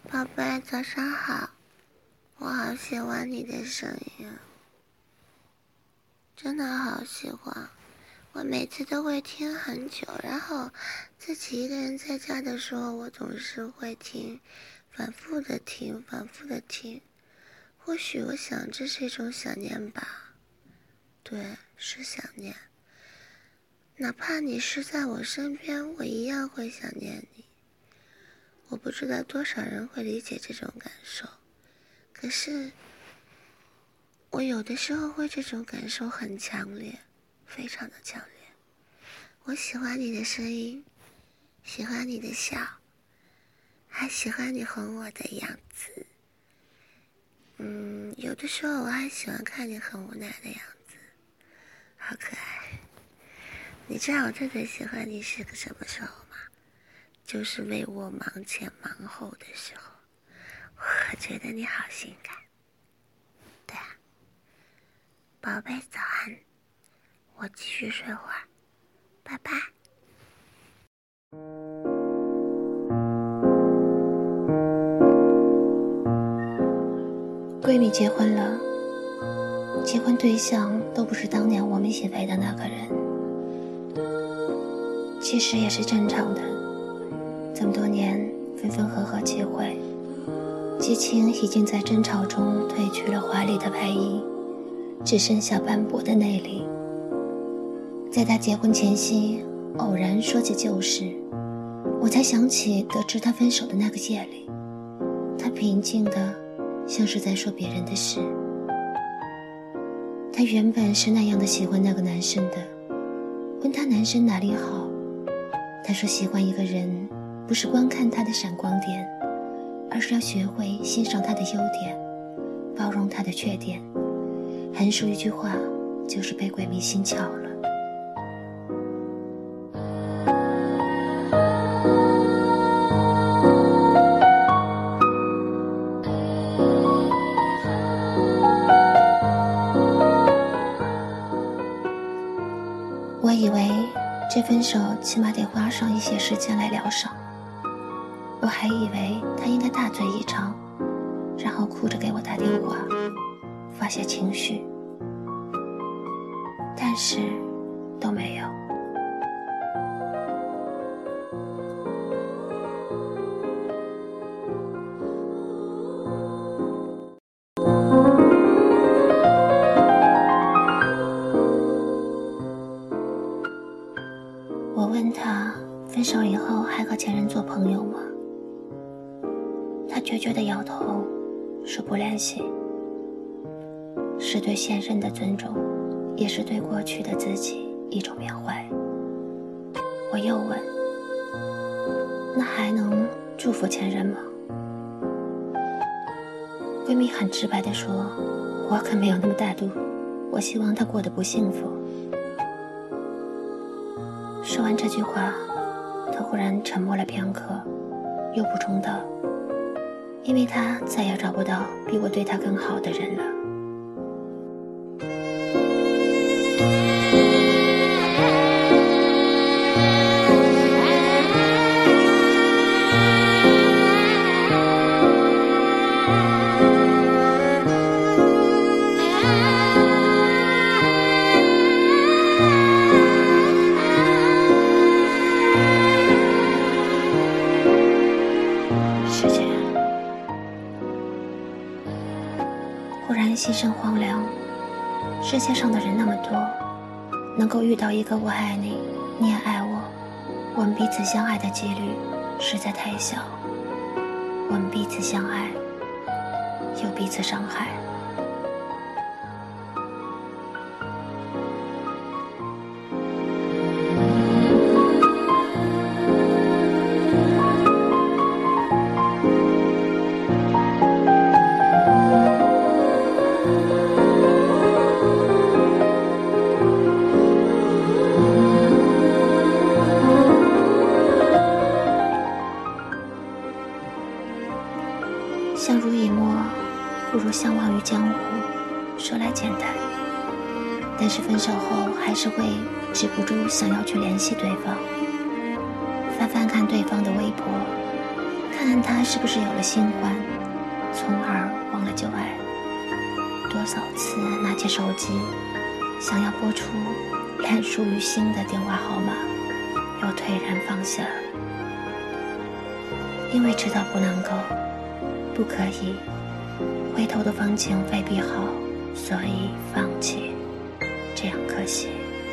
宝贝，早上好，我好喜欢你的声音，真的好喜欢，我每次都会听很久，然后自己一个人在家的时候，我总是会听，反复的听，或许我想这是一种想念吧，对，是想念，哪怕你是在我身边，我一样会想念你。我不知道多少人会理解这种感受，可是我有的时候会这种感受很强烈，非常的强烈。我喜欢你的声音，喜欢你的笑，还喜欢你哄我的样子。有的时候我还喜欢看你很无奈的样子，好可爱。你知道我特别喜欢你是个什么时候吗？就是为我忙前忙后的时候，我觉得你好性感。对啊，宝贝早安，我继续睡会儿，拜拜。 闺蜜结婚了，结婚对象都不是当年我们一起飞的那个人，其实也是正常的。这么多年分分合合几回，激情已经在争吵中褪去了华丽的外衣，只剩下斑驳的内里。在他结婚前夕，偶然说起旧事，我才想起得知他分手的那个夜里，他平静的像是在说别人的事。他原本是那样的喜欢那个男生的，问他男生哪里好，他说喜欢一个人不是光看他的闪光点，而是要学会欣赏他的优点，包容他的缺点。横竖一句话就是被闺蜜心窍了。我以为这分手起码得花上一些时间来疗伤，我还以为他应该大醉一场，然后哭着给我打电话发泄情绪，但是都没有。我问他分手以后还和前任做朋友吗？他决绝地摇头，说不联系。是对现任的尊重，也是对过去的自己一种缅怀。我又问，那还能祝福前任吗？闺蜜很直白地说，我可没有那么大度，我希望他过得不幸福。说完这句话，他忽然沉默了片刻，又补充道，因为他再也找不到比我对他更好的人了。忽然心生荒凉，世界上的人那么多，能够遇到一个我爱你，你也爱我，我们彼此相爱的几率实在太小。我们彼此相爱，又彼此伤害。相濡以沫，不如相忘于江湖。说来简单，但是分手后还是会止不住想要去联系对方，翻翻看对方的微博，看看看他是不是有了新欢，从而忘了旧爱。多少次拿起手机想要拨出烂熟于心的电话号码，又颓然放下，因为知道不能够，不可以，回头的风景未必好，所以放弃，这样可惜。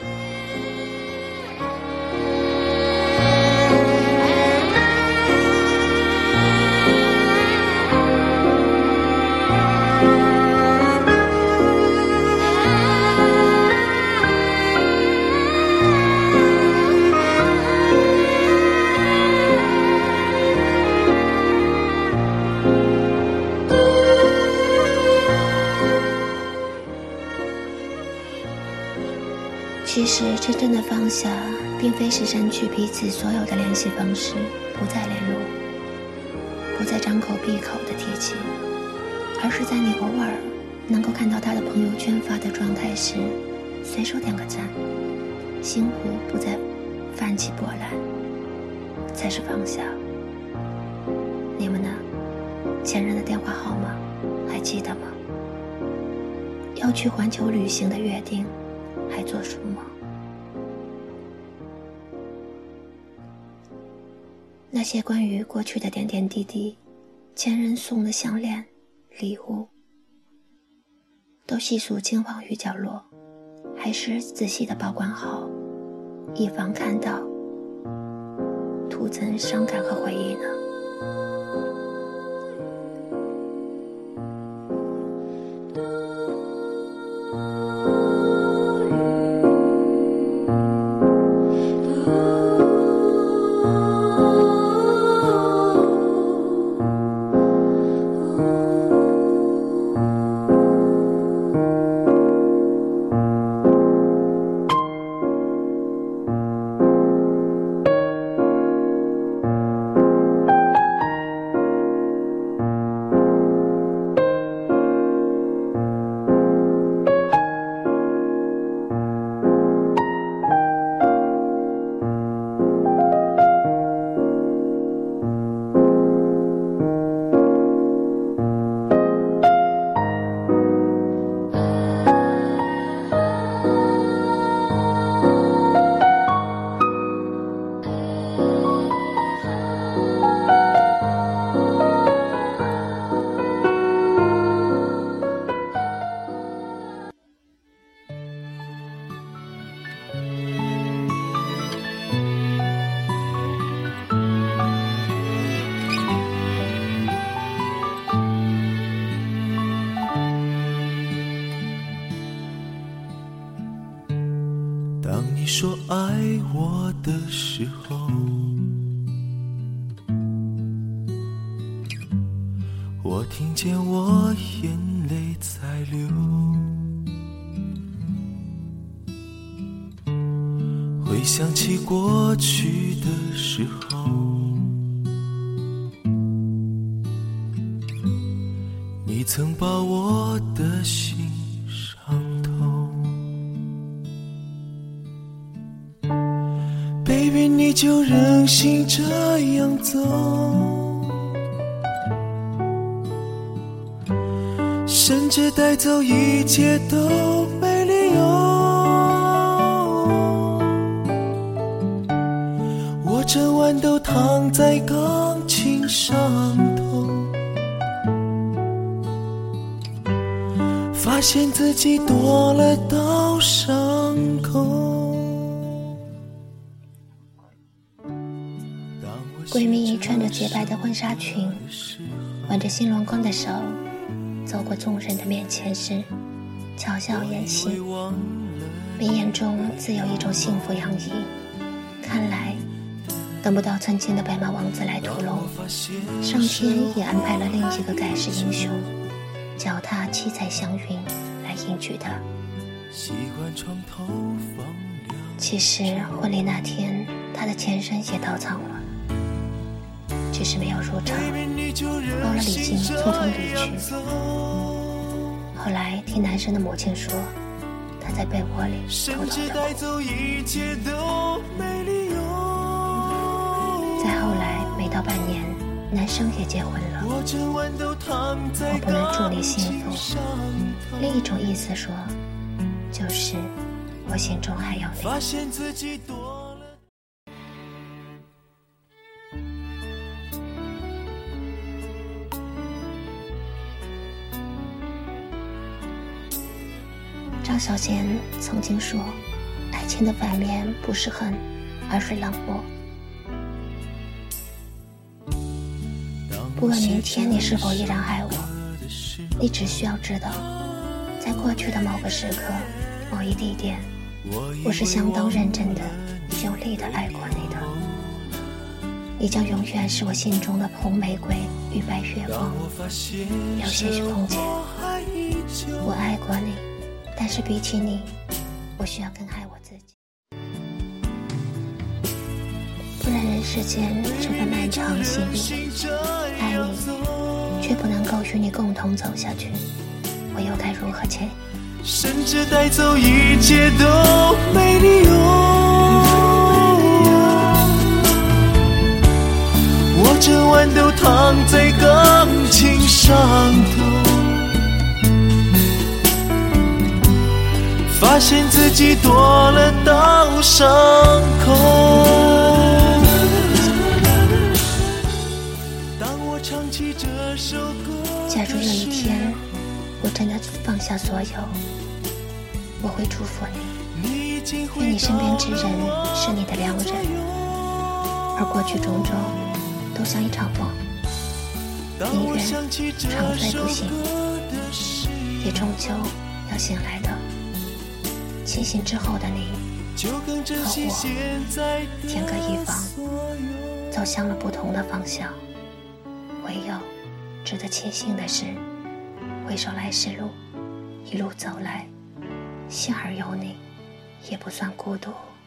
其实真正的放下，并非是删去彼此所有的联系方式，不再联络，不再张口闭口的提起，而是在你偶尔能够看到他的朋友圈发的状态时，随手点个赞，心湖不再泛起波澜，才是放下。你们呢？前任的电话号码还记得吗？要去环球旅行的约定还作数吗？那些关于过去的点点滴滴，前任送的项链、礼物，都细数轻放于角落，还是仔细的保管好，以防看到，徒增伤感和回忆呢？ 当你说爱我的时候，我听见我眼泪在流，回想起过去的时候，你曾把我的心伤透。Baby， 你就任性这样走，甚至带走一切都没理由。我整晚都躺在钢琴上头，发现自己多了道伤口。 闺蜜穿着洁白的婚纱裙，挽着新郎官的手，走过众人的面前时，悄悄演戏，眉眼中自有一种幸福洋溢。看来等不到曾经的白马王子来屠龙，上天也安排了另一个盖世英雄，脚踏七彩祥云来迎娶他。其实婚礼那天，他的前身也到场了，只是没有入场，包了礼金匆匆离去。后来听男生的母亲说，他在被窝里偷偷的哭。再后来没到半年， 男生也结婚了，我不能祝你幸福。另一种意思说，就是我心中还有你。张小娴曾经说，爱情的反面不是恨，而是冷漠。不问明天你是否依然爱我，你只需要知道，在过去的某个时刻，某一地点，我是相当认真的、用力的爱过你的。你将永远是我心中的红玫瑰与白月光。有些许空间，我爱过你，但是比起你，我需要更爱我自己。不然人世间这般漫长细腻，爱你却不能够与你共同走下去，我又该如何前？ 甚至带走一切都没理由。我整晚都躺在钢琴上头，发现自己多了道伤口。 假如有一天我真的放下所有，我会祝福你，愿你身边之人是你的良人，而过去种种都像一场梦，宁愿长醉不醒，也终究要醒来的。清醒之后的你和我天各一方，走向了不同的方向。唯有值得庆幸的是，回首来时路，一路走来，幸而有你，也不算孤独。